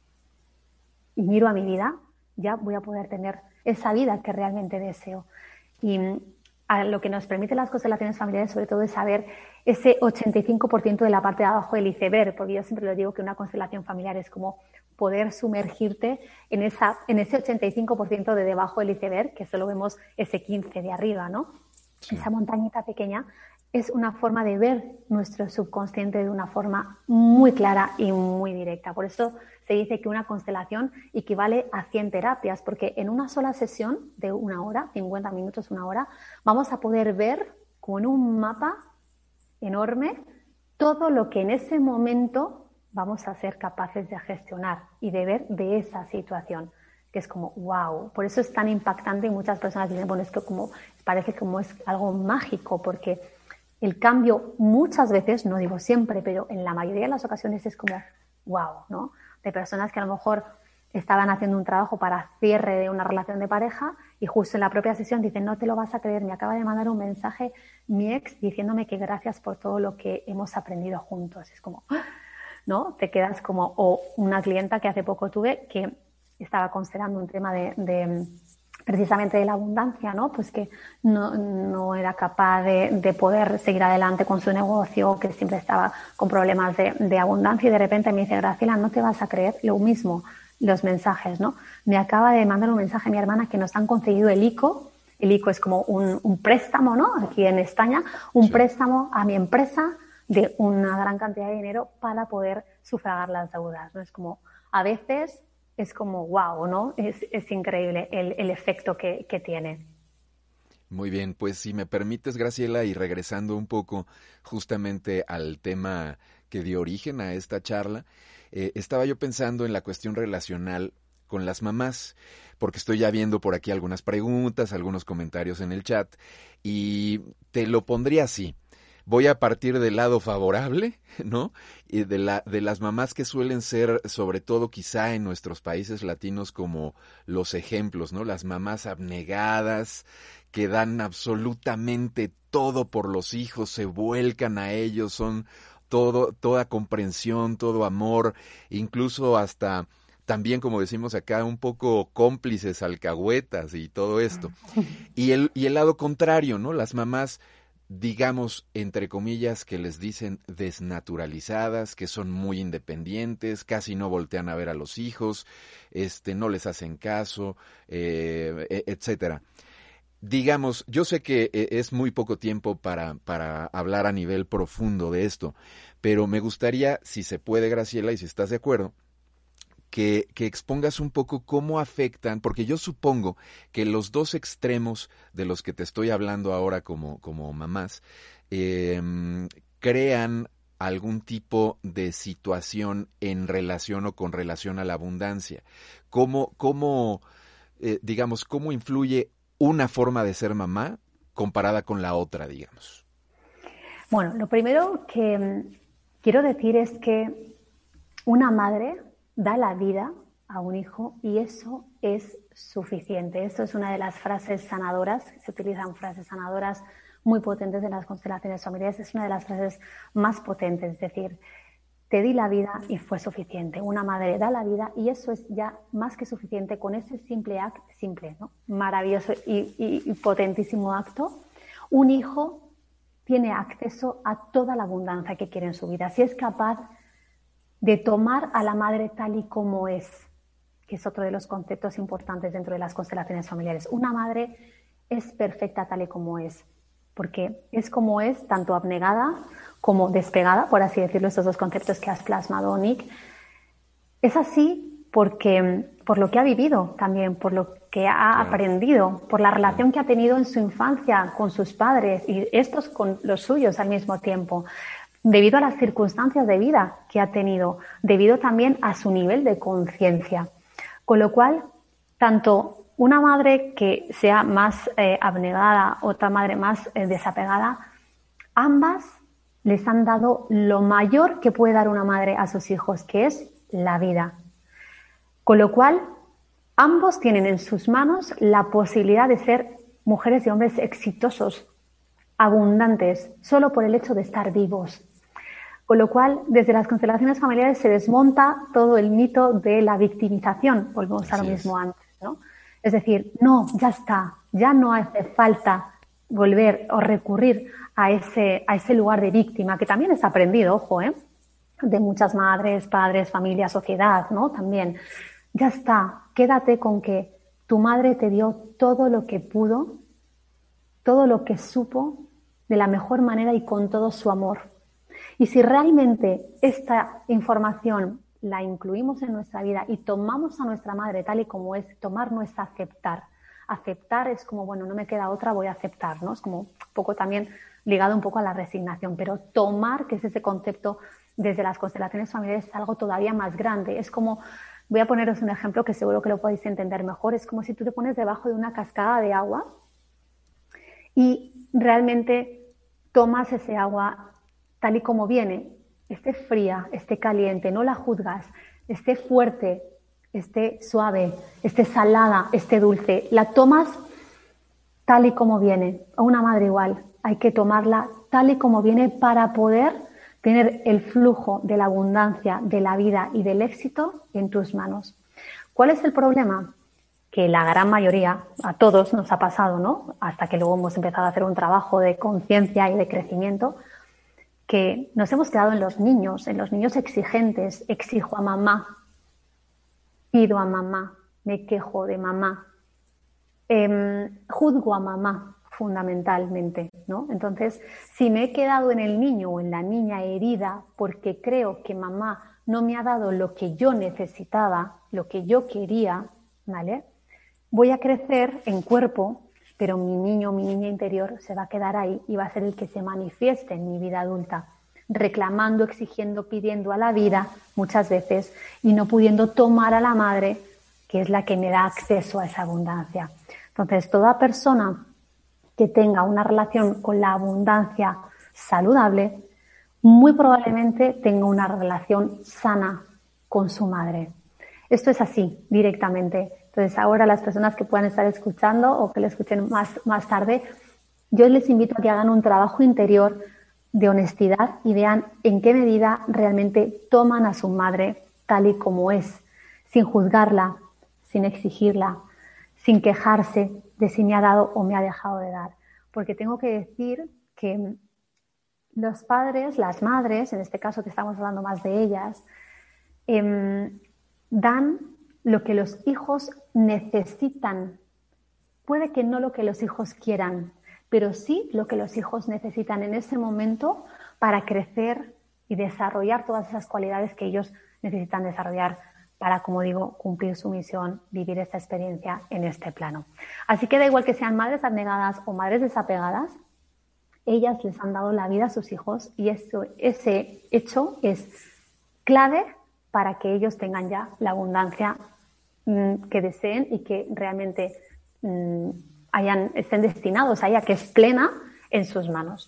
Speaker 2: y miro a mi vida, ya voy a poder tener esa vida que realmente deseo. Y a lo que nos permiten las constelaciones familiares, sobre todo, es saber ese ochenta y cinco por ciento de la parte de abajo del iceberg, porque yo siempre lo digo que una constelación familiar es como poder sumergirte en, esa, en ese ochenta y cinco por ciento de debajo del iceberg, que solo vemos ese quince por ciento de arriba, ¿no? Sí. Esa montañita pequeña es una forma de ver nuestro subconsciente de una forma muy clara y muy directa. Por eso se dice que una constelación equivale a cien terapias, porque en una sola sesión de una hora, cincuenta minutos, una hora, vamos a poder ver con un mapa enorme todo lo que en ese momento vamos a ser capaces de gestionar y de ver de esa situación, que es como wow. Por eso es tan impactante y muchas personas dicen, bueno, es que como parece como es algo mágico, porque el cambio muchas veces, no digo siempre, pero en la mayoría de las ocasiones es como wow, ¿no? De personas que a lo mejor estaban haciendo un trabajo para cierre de una relación de pareja y justo en la propia sesión dicen, no te lo vas a creer, me acaba de mandar un mensaje mi ex diciéndome que gracias por todo lo que hemos aprendido juntos. Es como, ¿no? Te quedas como, o una clienta que hace poco tuve que estaba considerando un tema de, de precisamente de la abundancia, ¿no? Pues que no, no era capaz de, de poder seguir adelante con su negocio, que siempre estaba con problemas de, de abundancia y de repente me dice, Graciela, no te vas a creer lo mismo, los mensajes, ¿no? Me acaba de mandar un mensaje a mi hermana que nos han concedido el ICO. El ICO es como un, un préstamo, ¿no? Aquí en España, un sí. préstamo a mi empresa de una gran cantidad de dinero para poder sufragar las deudas, ¿no? Es como, a veces es como wow, ¿no? Es, es increíble el, el efecto que, que tiene.
Speaker 1: Muy bien, pues si me permites, Graciela, y regresando un poco justamente al tema que dio origen a esta charla, eh, estaba yo pensando en la cuestión relacional con las mamás, porque estoy ya viendo por aquí algunas preguntas, algunos comentarios en el chat, y te lo pondría así. Voy a partir del lado favorable, ¿no? Y de, la, de las mamás que suelen ser, sobre todo quizá en nuestros países latinos, como los ejemplos, ¿no? Las mamás abnegadas, que dan absolutamente todo por los hijos, se vuelcan a ellos, son todo, toda comprensión, todo amor, incluso hasta también, como decimos acá, un poco cómplices, alcahuetas y todo esto. Y el, y el lado contrario, ¿no? Las mamás, digamos, entre comillas, que les dicen desnaturalizadas, que son muy independientes, casi no voltean a ver a los hijos, este, no les hacen caso, eh, etcétera. Digamos, yo sé que es muy poco tiempo para, para hablar a nivel profundo de esto, pero me gustaría, si se puede, Graciela, y si estás de acuerdo, Que, que expongas un poco cómo afectan, porque yo supongo que los dos extremos de los que te estoy hablando ahora como, como mamás, eh, crean algún tipo de situación en relación o con relación a la abundancia? ¿Cómo, cómo eh, digamos, cómo influye una forma de ser mamá comparada con la otra, digamos?
Speaker 2: Bueno, lo primero que mm, quiero decir es que una madre da la vida a un hijo y eso es suficiente. Esto es una de las frases sanadoras, se utilizan frases sanadoras muy potentes en las constelaciones familiares, es una de las frases más potentes, es decir, te di la vida y fue suficiente. Una madre da la vida y eso es ya más que suficiente con ese simple acto, simple, ¿no? Maravilloso y, y, y potentísimo acto. Un hijo tiene acceso a toda la abundancia que quiere en su vida. Si es capaz de tomar a la madre tal y como es, que es otro de los conceptos importantes dentro de las constelaciones familiares. Una madre es perfecta tal y como es, porque es como es, tanto abnegada como despegada, por así decirlo, estos dos conceptos que has plasmado, Nick. Es así porque, por lo que ha vivido también, por lo que ha claro. aprendido, por la relación que ha tenido en su infancia con sus padres y estos con los suyos al mismo tiempo, debido a las circunstancias de vida que ha tenido, debido también a su nivel de conciencia. Con lo cual, tanto una madre que sea más eh, abnegada, otra madre más eh, desapegada, ambas les han dado lo mayor que puede dar una madre a sus hijos, que es la vida. Con lo cual, ambos tienen en sus manos la posibilidad de ser mujeres y hombres exitosos, abundantes, solo por el hecho de estar vivos. Con lo cual, desde las constelaciones familiares se desmonta todo el mito de la victimización, volvemos a lo mismo antes, ¿no? Es decir, no, ya está, ya no hace falta volver o recurrir a ese, a ese lugar de víctima, que también es aprendido, ojo, ¿eh? De muchas madres, padres, familia, sociedad, ¿no? También, ya está, quédate con que tu madre te dio todo lo que pudo, todo lo que supo, de la mejor manera y con todo su amor. Y si realmente esta información la incluimos en nuestra vida y tomamos a nuestra madre tal y como es, tomar no es aceptar. Aceptar es como, bueno, no me queda otra, voy a aceptar, ¿no? Es como un poco también ligado un poco a la resignación, pero tomar, que es ese concepto desde las constelaciones familiares, es algo todavía más grande. Es como, voy a poneros un ejemplo que seguro que lo podéis entender mejor, es como si tú te pones debajo de una cascada de agua y realmente tomas ese agua tal y como viene, esté fría, esté caliente, no la juzgas, esté fuerte, esté suave, esté salada, esté dulce, la tomas tal y como viene. A una madre igual, hay que tomarla tal y como viene para poder tener el flujo de la abundancia, de la vida y del éxito en tus manos. ¿Cuál es el problema? Que la gran mayoría, a todos nos ha pasado, ¿no? Hasta que luego hemos empezado a hacer un trabajo de conciencia y de crecimiento, que nos hemos quedado en los niños, en los niños exigentes. Exijo a mamá, pido a mamá, me quejo de mamá, eh, juzgo a mamá fundamentalmente, ¿no? Entonces, si me he quedado en el niño o en la niña herida porque creo que mamá no me ha dado lo que yo necesitaba, lo que yo quería, ¿vale? Voy a crecer en cuerpo, pero mi niño, mi niña interior se va a quedar ahí y va a ser el que se manifieste en mi vida adulta, reclamando, exigiendo, pidiendo a la vida muchas veces y no pudiendo tomar a la madre, que es la que me da acceso a esa abundancia. Entonces, toda persona que tenga una relación con la abundancia saludable, muy probablemente tenga una relación sana con su madre. Esto es así, directamente. Entonces, ahora las personas que puedan estar escuchando o que lo escuchen más, más tarde, yo les invito a que hagan un trabajo interior de honestidad y vean en qué medida realmente toman a su madre tal y como es, sin juzgarla, sin exigirla, sin quejarse de si me ha dado o me ha dejado de dar. Porque tengo que decir que los padres, las madres, en este caso que estamos hablando más de ellas, eh, dan lo que los hijos necesitan. Puede que no lo que los hijos quieran, pero sí lo que los hijos necesitan en ese momento para crecer y desarrollar todas esas cualidades que ellos necesitan desarrollar para, como digo, cumplir su misión, vivir esta experiencia en este plano. Así que da igual que sean madres abnegadas o madres desapegadas, ellas les han dado la vida a sus hijos y eso, ese hecho es clave para que ellos tengan ya la abundancia mmm, que deseen y que realmente mmm, hayan, estén destinados a ella, que es plena en sus manos.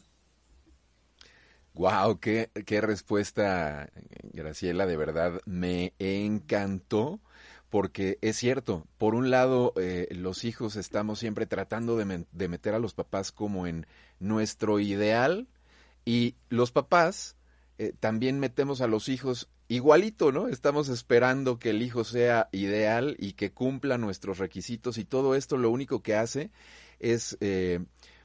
Speaker 1: Wow, qué, qué respuesta, Graciela, de verdad me encantó, porque es cierto, por un lado eh, los hijos estamos siempre tratando de, me, de meter a los papás como en nuestro ideal, y los papás eh, también metemos a los hijos igualito, ¿no? Estamos esperando que el hijo sea ideal y que cumpla nuestros requisitos, y todo esto lo único que hace es eh,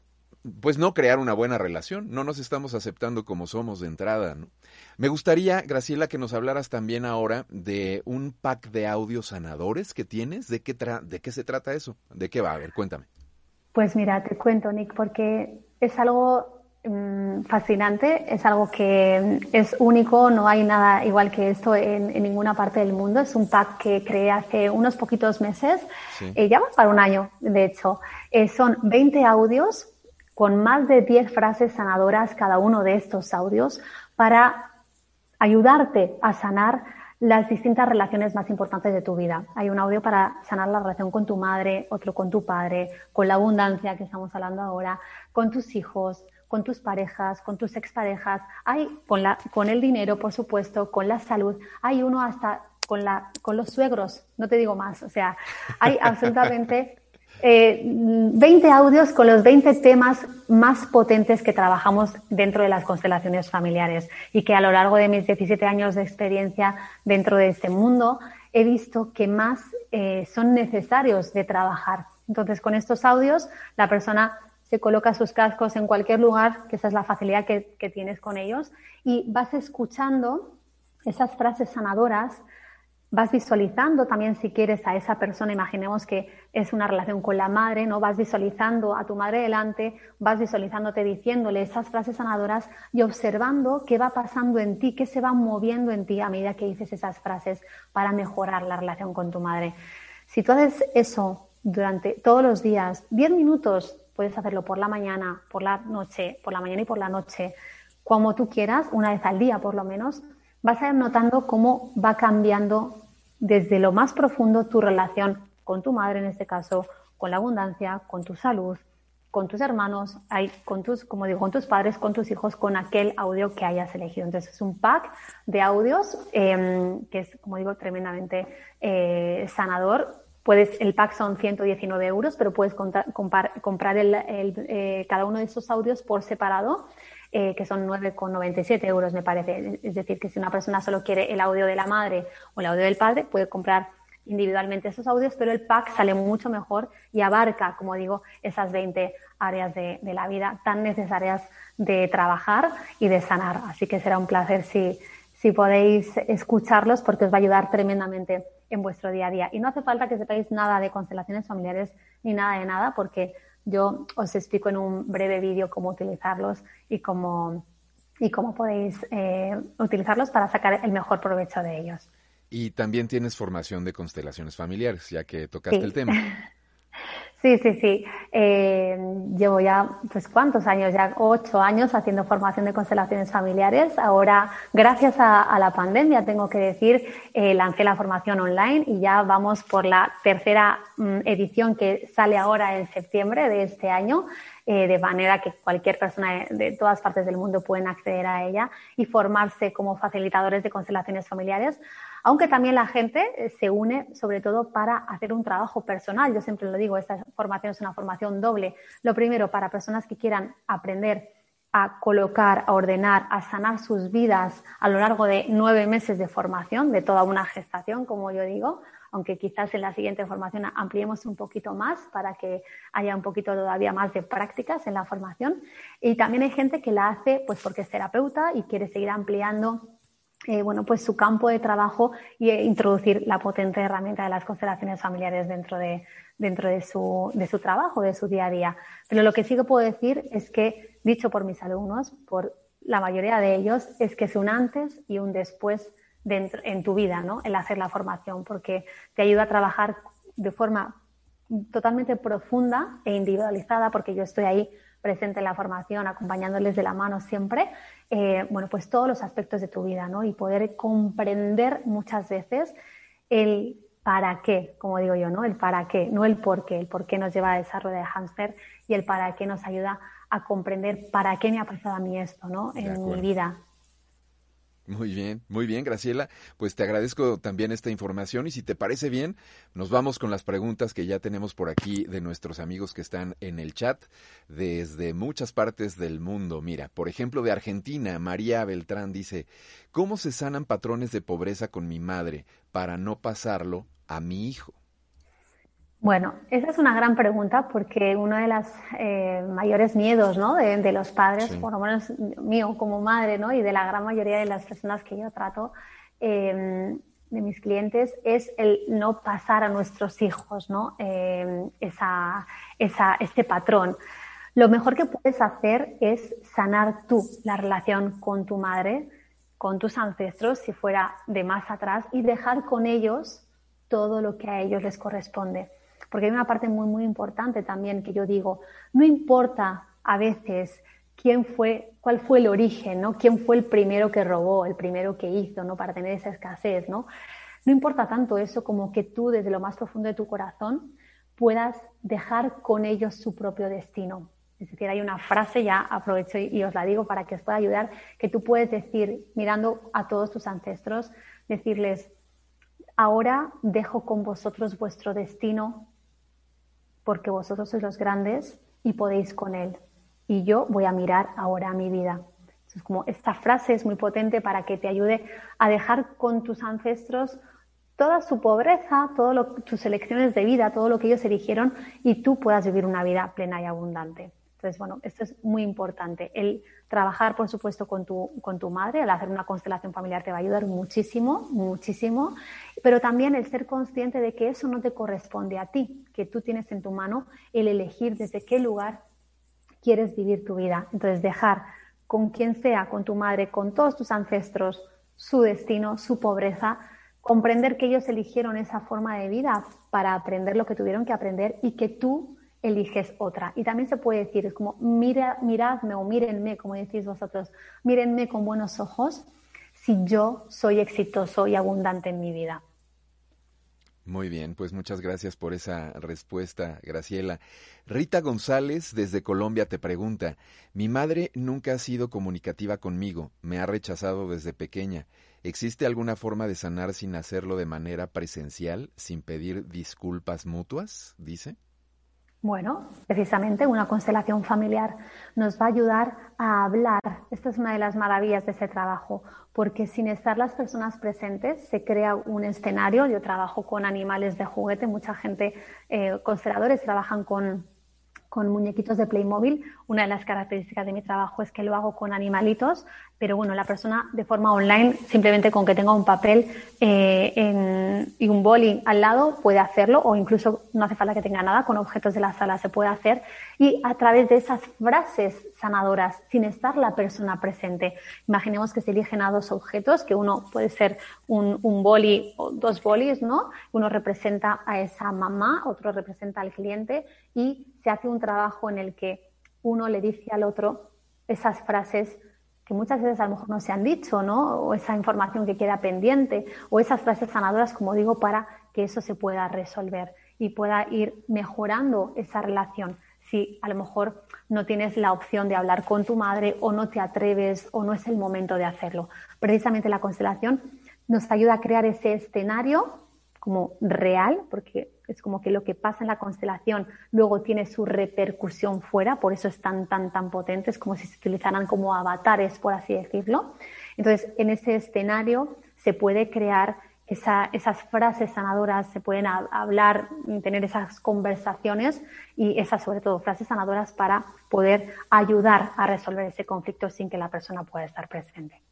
Speaker 1: pues no crear una buena relación, no nos estamos aceptando como somos de entrada, ¿no? Me gustaría, Graciela, que nos hablaras también ahora de un pack de audios sanadores que tienes. ¿De qué, tra- de qué se trata eso? ¿De qué va? A ver, cuéntame.
Speaker 2: Pues mira, te cuento, Nick, porque es algo mmm, fascinante, es algo que es único, no hay nada igual que esto en, en ninguna parte del mundo. Es un pack que creé hace unos poquitos meses,
Speaker 1: Sí.
Speaker 2: eh, ya va para un año, de hecho. Eh, son veinte audios con más de diez frases sanadoras cada uno de estos audios para ayudarte a sanar las distintas relaciones más importantes de tu vida. Hay un audio para sanar la relación con tu madre, otro con tu padre, con la abundancia que estamos hablando ahora, con tus hijos, con tus parejas, con tus exparejas, hay con, la, con el dinero, por supuesto, con la salud, hay uno hasta con, la, con los suegros, no te digo más, o sea, hay absolutamente... Eh, veinte audios con los veinte temas más potentes que trabajamos dentro de las constelaciones familiares y que a lo largo de mis diecisiete años de experiencia dentro de este mundo he visto que más eh, son necesarios de trabajar. Entonces, con estos audios, la persona se coloca sus cascos en cualquier lugar, que esa es la facilidad que, que tienes con ellos, y vas escuchando esas frases sanadoras. Vas visualizando también, si quieres, a esa persona, imaginemos que es una relación con la madre, ¿no? Vas visualizando a tu madre delante, vas visualizándote diciéndole esas frases sanadoras y observando qué va pasando en ti, qué se va moviendo en ti a medida que dices esas frases para mejorar la relación con tu madre. Si tú haces eso durante todos los días, diez minutos, puedes hacerlo por la mañana, por la noche, por la mañana y por la noche, como tú quieras, una vez al día por lo menos, vas a ir notando cómo va cambiando desde lo más profundo tu relación con tu madre, en este caso, con la abundancia, con tu salud, con tus hermanos, con tus, como digo, con tus padres, con tus hijos, con aquel audio que hayas elegido. Entonces es un pack de audios eh, que es, como digo, tremendamente eh, sanador. Puedes, el pack son ciento diecinueve euros, pero puedes contar, compar, comprar el, el, eh, cada uno de esos audios por separado. Eh, que son nueve con noventa y siete euros, me parece. Es decir, que si una persona solo quiere el audio de la madre o el audio del padre, puede comprar individualmente esos audios, pero el pack sale mucho mejor y abarca, como digo, esas veinte áreas de, de la vida tan necesarias de trabajar y de sanar. Así que será un placer si, si podéis escucharlos, porque os va a ayudar tremendamente en vuestro día a día. Y no hace falta que sepáis nada de constelaciones familiares ni nada de nada, porque yo os explico en un breve vídeo cómo utilizarlos y cómo, y cómo podéis eh, utilizarlos para sacar el mejor provecho de ellos.
Speaker 1: Y también tienes formación de constelaciones familiares, ya que tocaste
Speaker 2: Sí.
Speaker 1: el tema.
Speaker 2: Sí, sí, sí. Eh, llevo ya, pues, ¿cuántos años? Ya ocho años haciendo formación de constelaciones familiares. Ahora, gracias a, a la pandemia, tengo que decir, eh, lancé la formación online y ya vamos por la tercera mm, edición que sale ahora en septiembre de este año, eh, de manera que cualquier persona de, de todas partes del mundo pueden acceder a ella y formarse como facilitadores de constelaciones familiares. Aunque también la gente se une sobre todo para hacer un trabajo personal. Yo siempre lo digo, esta formación es una formación doble. Lo primero, para personas que quieran aprender a colocar, a ordenar, a sanar sus vidas a lo largo de nueve meses de formación, de toda una gestación, como yo digo, aunque quizás en la siguiente formación ampliemos un poquito más para que haya un poquito todavía más de prácticas en la formación. Y también hay gente que la hace pues porque es terapeuta y quiere seguir ampliando Eh, bueno, pues su campo de trabajo y eh, introducir la potente herramienta de las constelaciones familiares dentro de, dentro de su, de su trabajo, de su día a día. Pero lo que sí que puedo decir es que, dicho por mis alumnos, por la mayoría de ellos, es que es un antes y un después dentro, en tu vida, ¿no? El hacer la formación, porque te ayuda a trabajar de forma totalmente profunda e individualizada, porque yo estoy ahí presente en la formación, acompañándoles de la mano siempre, eh, bueno, pues todos los aspectos de tu vida, ¿no? Y poder comprender muchas veces el para qué, como digo yo, ¿no? El para qué, no el por qué. El por qué nos lleva a esa rueda de hámster y el para qué nos ayuda a comprender para qué me ha pasado a mí esto, ¿no? En mi vida.
Speaker 1: Muy bien, muy bien, Graciela. Pues te agradezco también esta información y si te parece bien, nos vamos con las preguntas que ya tenemos por aquí de nuestros amigos que están en el chat desde muchas partes del mundo. Mira, por ejemplo, de Argentina, María Beltrán dice, ¿cómo se sanan patrones de pobreza con mi madre para no pasarlo a mi hijo?
Speaker 2: Bueno, esa es una gran pregunta porque uno de los eh, mayores miedos, ¿no? de, de los padres, sí. Por lo menos mío como madre, ¿no? Y de la gran mayoría de las personas que yo trato, eh, de mis clientes, es el no pasar a nuestros hijos, ¿no? Eh, esa, esa, este patrón. Lo mejor que puedes hacer es sanar tú la relación con tu madre, con tus ancestros, si fuera de más atrás, y dejar con ellos todo lo que a ellos les corresponde. Porque hay una parte muy, muy importante también que yo digo, no importa a veces quién fue, cuál fue el origen, ¿no? Quién fue el primero que robó, el primero que hizo, ¿no? Para tener esa escasez, ¿no? No importa tanto eso como que tú, desde lo más profundo de tu corazón, puedas dejar con ellos su propio destino. Es decir, hay una frase, ya aprovecho y, y os la digo para que os pueda ayudar, que tú puedes decir, mirando a todos tus ancestros, decirles, ahora dejo con vosotros vuestro destino, porque vosotros sois los grandes y podéis con él. Y yo voy a mirar ahora a mi vida. Entonces, como esta frase es muy potente para que te ayude a dejar con tus ancestros toda su pobreza, todas tus elecciones de vida, todo lo que ellos eligieron y tú puedas vivir una vida plena y abundante. Entonces, bueno, esto es muy importante. El trabajar, por supuesto, con tu, con tu madre, al hacer una constelación familiar te va a ayudar muchísimo, muchísimo, pero también el ser consciente de que eso no te corresponde a ti, que tú tienes en tu mano el elegir desde qué lugar quieres vivir tu vida. Entonces, dejar con quien sea, con tu madre, con todos tus ancestros, su destino, su pobreza, comprender que ellos eligieron esa forma de vida para aprender lo que tuvieron que aprender y que tú eliges otra. Y también se puede decir, es como, mira, miradme o mírenme, como decís vosotros, mírenme con buenos ojos si yo soy exitoso y abundante en mi vida.
Speaker 1: Muy bien, pues muchas gracias por esa respuesta, Graciela. Rita González, desde Colombia, te pregunta, mi madre nunca ha sido comunicativa conmigo, me ha rechazado desde pequeña. ¿Existe alguna forma de sanar sin hacerlo de manera presencial, sin pedir disculpas mutuas? Dice.
Speaker 2: Bueno, precisamente una constelación familiar nos va a ayudar a hablar. Esta es una de las maravillas de ese trabajo, porque sin estar las personas presentes se crea un escenario. Yo trabajo con animales de juguete, mucha gente, eh, consteladores, trabajan con, con muñequitos de Playmobil. Una de las características de mi trabajo es que lo hago con animalitos, pero bueno, la persona de forma online, simplemente con que tenga un papel eh, en, y un boli al lado, puede hacerlo, o incluso no hace falta que tenga nada, con objetos de la sala se puede hacer, y a través de esas frases sanadoras, sin estar la persona presente. Imaginemos que se eligen a dos objetos, que uno puede ser un, un boli o dos bolis, ¿no? Uno representa a esa mamá, otro representa al cliente, y se hace un trabajo en el que uno le dice al otro esas frases que muchas veces a lo mejor no se han dicho, ¿no? O esa información que queda pendiente, o esas frases sanadoras, como digo, para que eso se pueda resolver y pueda ir mejorando esa relación. Si a lo mejor no tienes la opción de hablar con tu madre o no te atreves o no es el momento de hacerlo. Precisamente la constelación nos ayuda a crear ese escenario como real, porque es como que lo que pasa en la constelación luego tiene su repercusión fuera, por eso es tan, tan, tan potente, es como si se utilizaran como avatares, por así decirlo. Entonces, en ese escenario se puede crear esa, esas frases sanadoras, se pueden a, hablar, tener esas conversaciones y esas, sobre todo, frases sanadoras para poder ayudar a resolver ese conflicto sin que la persona pueda estar presente.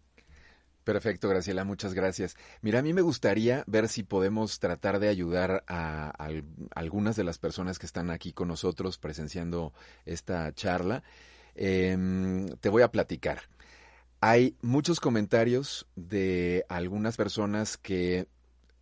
Speaker 1: Perfecto, Graciela, muchas gracias. Mira, a mí me gustaría ver si podemos tratar de ayudar a, a, a algunas de las personas que están aquí con nosotros presenciando esta charla. Eh, te voy a platicar. Hay muchos comentarios de algunas personas que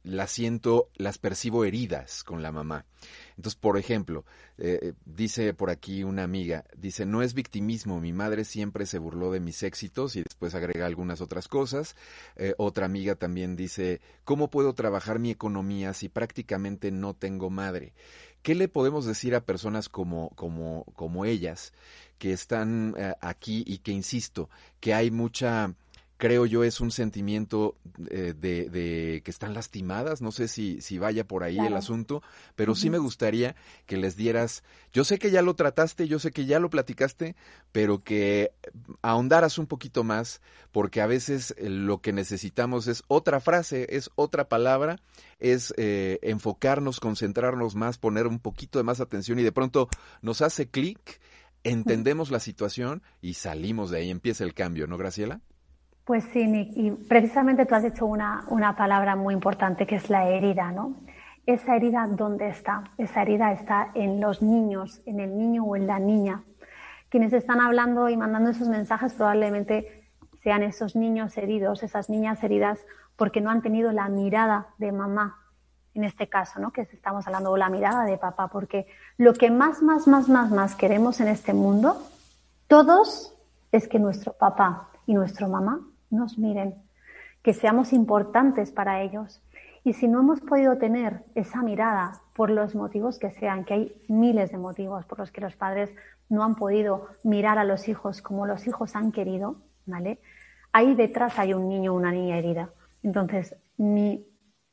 Speaker 1: las siento, las percibo heridas con la mamá. Entonces, por ejemplo, eh, dice por aquí una amiga, dice, no es victimismo, mi madre siempre se burló de mis éxitos, y después agrega algunas otras cosas. Eh, otra amiga también dice, ¿cómo puedo trabajar mi economía si prácticamente no tengo madre? ¿Qué le podemos decir a personas como, como, como ellas, que están eh, aquí y que, insisto, que hay mucha... Creo yo es un sentimiento eh, de, de que están lastimadas, no sé si, si vaya por ahí el
Speaker 2: Claro.
Speaker 1: asunto, pero sí
Speaker 2: Ujú.
Speaker 1: me gustaría que les dieras, yo sé que ya lo trataste, yo sé que ya lo platicaste, pero que ahondaras un poquito más, porque a veces eh, lo que necesitamos es otra frase, es otra palabra, es eh, enfocarnos, concentrarnos más, poner un poquito de más atención, y de pronto nos hace clic, entendemos la situación y salimos de ahí, empieza el cambio, ¿no, Graciela?
Speaker 2: Pues sí, Nick, y precisamente tú has dicho una, una palabra muy importante que es la herida, ¿no? Esa herida, ¿dónde está? Esa herida está en los niños, en el niño o en la niña. Quienes están hablando y mandando esos mensajes probablemente sean esos niños heridos, esas niñas heridas, porque no han tenido la mirada de mamá, en este caso, ¿no? Que estamos hablando, o la mirada de papá, porque lo que más, más, más, más, más queremos en este mundo, todos, es que nuestro papá y nuestra mamá nos miren, que seamos importantes para ellos. Y si no hemos podido tener esa mirada, por los motivos que sean, que hay miles de motivos por los que los padres no han podido mirar a los hijos como los hijos han querido, ¿vale? Ahí detrás hay un niño o una niña herida. Entonces, mi,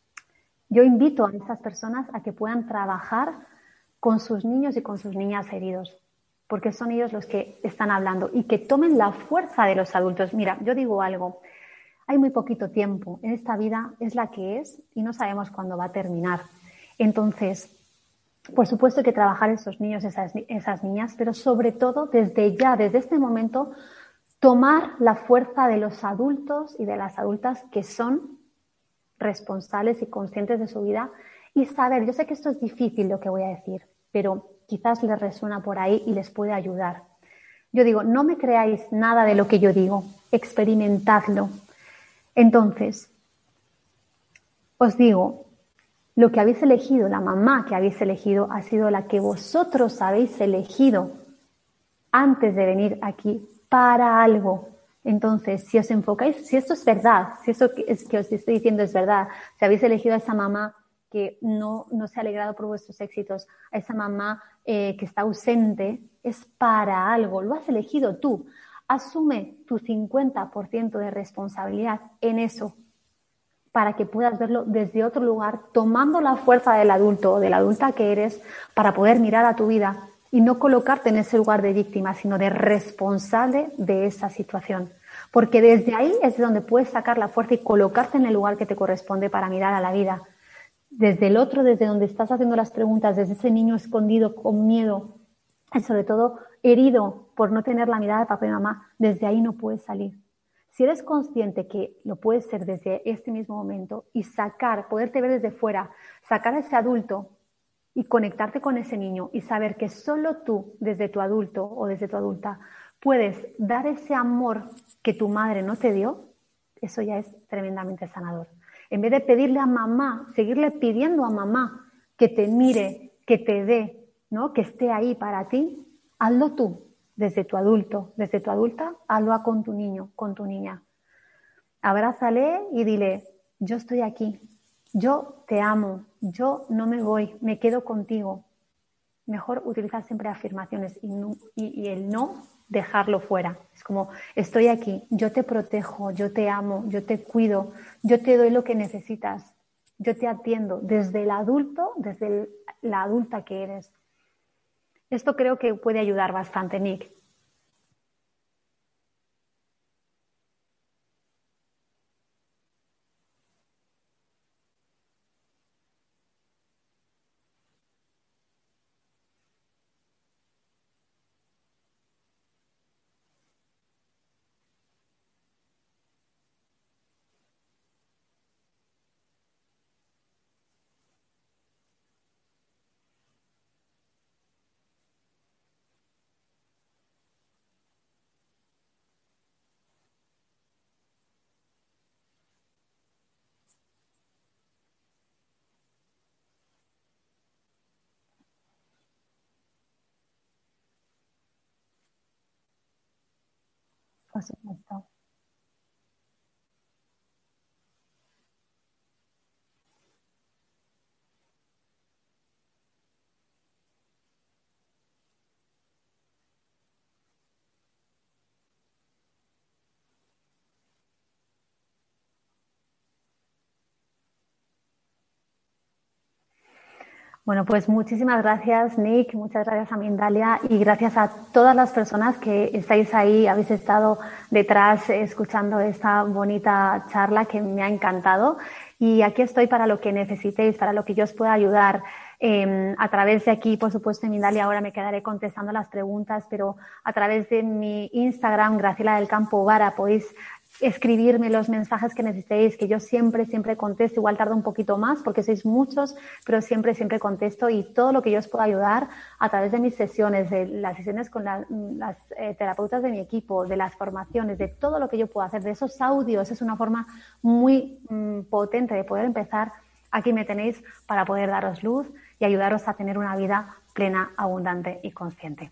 Speaker 2: yo invito a estas personas a que puedan trabajar con sus niños y con sus niñas heridos, porque son ellos los que están hablando, y que tomen la fuerza de los adultos. Mira, yo digo algo, hay muy poquito tiempo, en esta vida es la que es y no sabemos cuándo va a terminar. Entonces, por supuesto hay que trabajar esos niños, esas, esas niñas, pero sobre todo desde ya, desde este momento, tomar la fuerza de los adultos y de las adultas que son responsables y conscientes de su vida, y saber, yo sé que esto es difícil lo que voy a decir, pero quizás les resuena por ahí y les puede ayudar. Yo digo, no me creáis nada de lo que yo digo, experimentadlo. Entonces, os digo, lo que habéis elegido, la mamá que habéis elegido, ha sido la que vosotros habéis elegido antes de venir aquí para algo. Entonces, si os enfocáis, si esto es verdad, si esto que, es, que os estoy diciendo es verdad, si habéis elegido a esa mamá que no, no se ha alegrado por vuestros éxitos, a esa mamá eh, que está ausente, es para algo, lo has elegido tú. Asume tu cincuenta por ciento de responsabilidad en eso, para que puedas verlo desde otro lugar, tomando la fuerza del adulto o de la adulta que eres para poder mirar a tu vida y no colocarte en ese lugar de víctima, sino de responsable de esa situación. Porque desde ahí es de donde puedes sacar la fuerza y colocarte en el lugar que te corresponde para mirar a la vida. Desde el otro, desde donde estás haciendo las preguntas, desde ese niño escondido con miedo y sobre todo herido por no tener la mirada de papá y mamá, desde ahí no puedes salir. Si eres consciente que lo puedes ser desde este mismo momento y sacar, poderte ver desde fuera, sacar a ese adulto y conectarte con ese niño y saber que solo tú, desde tu adulto o desde tu adulta, puedes dar ese amor que tu madre no te dio, eso ya es tremendamente sanador. En vez de pedirle a mamá, seguirle pidiendo a mamá que te mire, que te dé, ¿no? Que esté ahí para ti, hazlo tú, desde tu adulto, desde tu adulta, hazlo con tu niño, con tu niña. Abrázale y dile, yo estoy aquí, yo te amo, yo no me voy, me quedo contigo. Mejor utilizar siempre afirmaciones y, no, y, y el no dejarlo fuera. Es como, estoy aquí, yo te protejo, yo te amo, yo te cuido, yo te doy lo que necesitas, yo te atiendo desde el adulto, desde el, la adulta que eres. Esto creo que puede ayudar bastante, Nick. Por supuesto. Bueno, pues muchísimas gracias, Nick, muchas gracias a Mindalia y gracias a todas las personas que estáis ahí, habéis estado detrás escuchando esta bonita charla que me ha encantado. Y aquí estoy para lo que necesitéis, para lo que yo os pueda ayudar. Eh, a través de aquí, por supuesto, en Mindalia ahora me quedaré contestando las preguntas, pero a través de mi Instagram, Graciela del Campo Vara, podéis escribirme los mensajes que necesitéis, que yo siempre, siempre contesto. Igual tarda un poquito más porque sois muchos, pero siempre, siempre contesto, y todo lo que yo os pueda ayudar a través de mis sesiones, de las sesiones con la, las eh, terapeutas de mi equipo, de las formaciones, de todo lo que yo puedo hacer, de esos audios, es una forma muy mmm, potente de poder empezar. Aquí me tenéis para poder daros luz y ayudaros a tener una vida plena, abundante y consciente.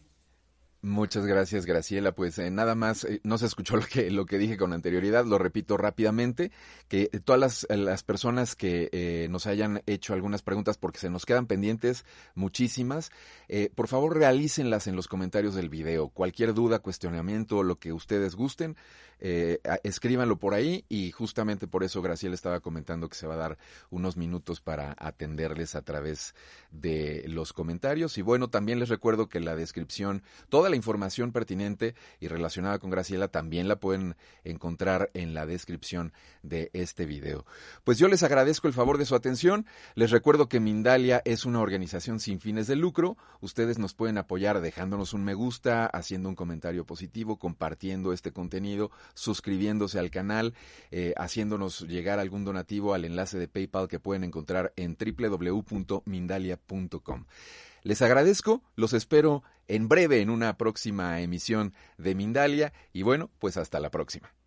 Speaker 1: Muchas gracias, Graciela. Pues eh, nada más, eh, no se escuchó lo que lo que dije con anterioridad, lo repito rápidamente, que todas las, las personas que eh, nos hayan hecho algunas preguntas, porque se nos quedan pendientes muchísimas, eh, por favor realícenlas en los comentarios del video. Cualquier duda, cuestionamiento, lo que ustedes gusten, eh, escríbanlo por ahí, y justamente por eso Graciela estaba comentando que se va a dar unos minutos para atenderles a través de los comentarios. Y bueno, también les recuerdo que la descripción, toda la información pertinente y relacionada con Graciela también la pueden encontrar en la descripción de este video. Pues yo les agradezco el favor de su atención. Les recuerdo que Mindalia es una organización sin fines de lucro. Ustedes nos pueden apoyar dejándonos un me gusta, haciendo un comentario positivo, compartiendo este contenido, suscribiéndose al canal, eh, haciéndonos llegar algún donativo al enlace de PayPal que pueden encontrar en doble u doble u doble u punto mindalia punto com. Les agradezco, los espero en breve en una próxima emisión de Mindalia, y bueno, pues hasta la próxima.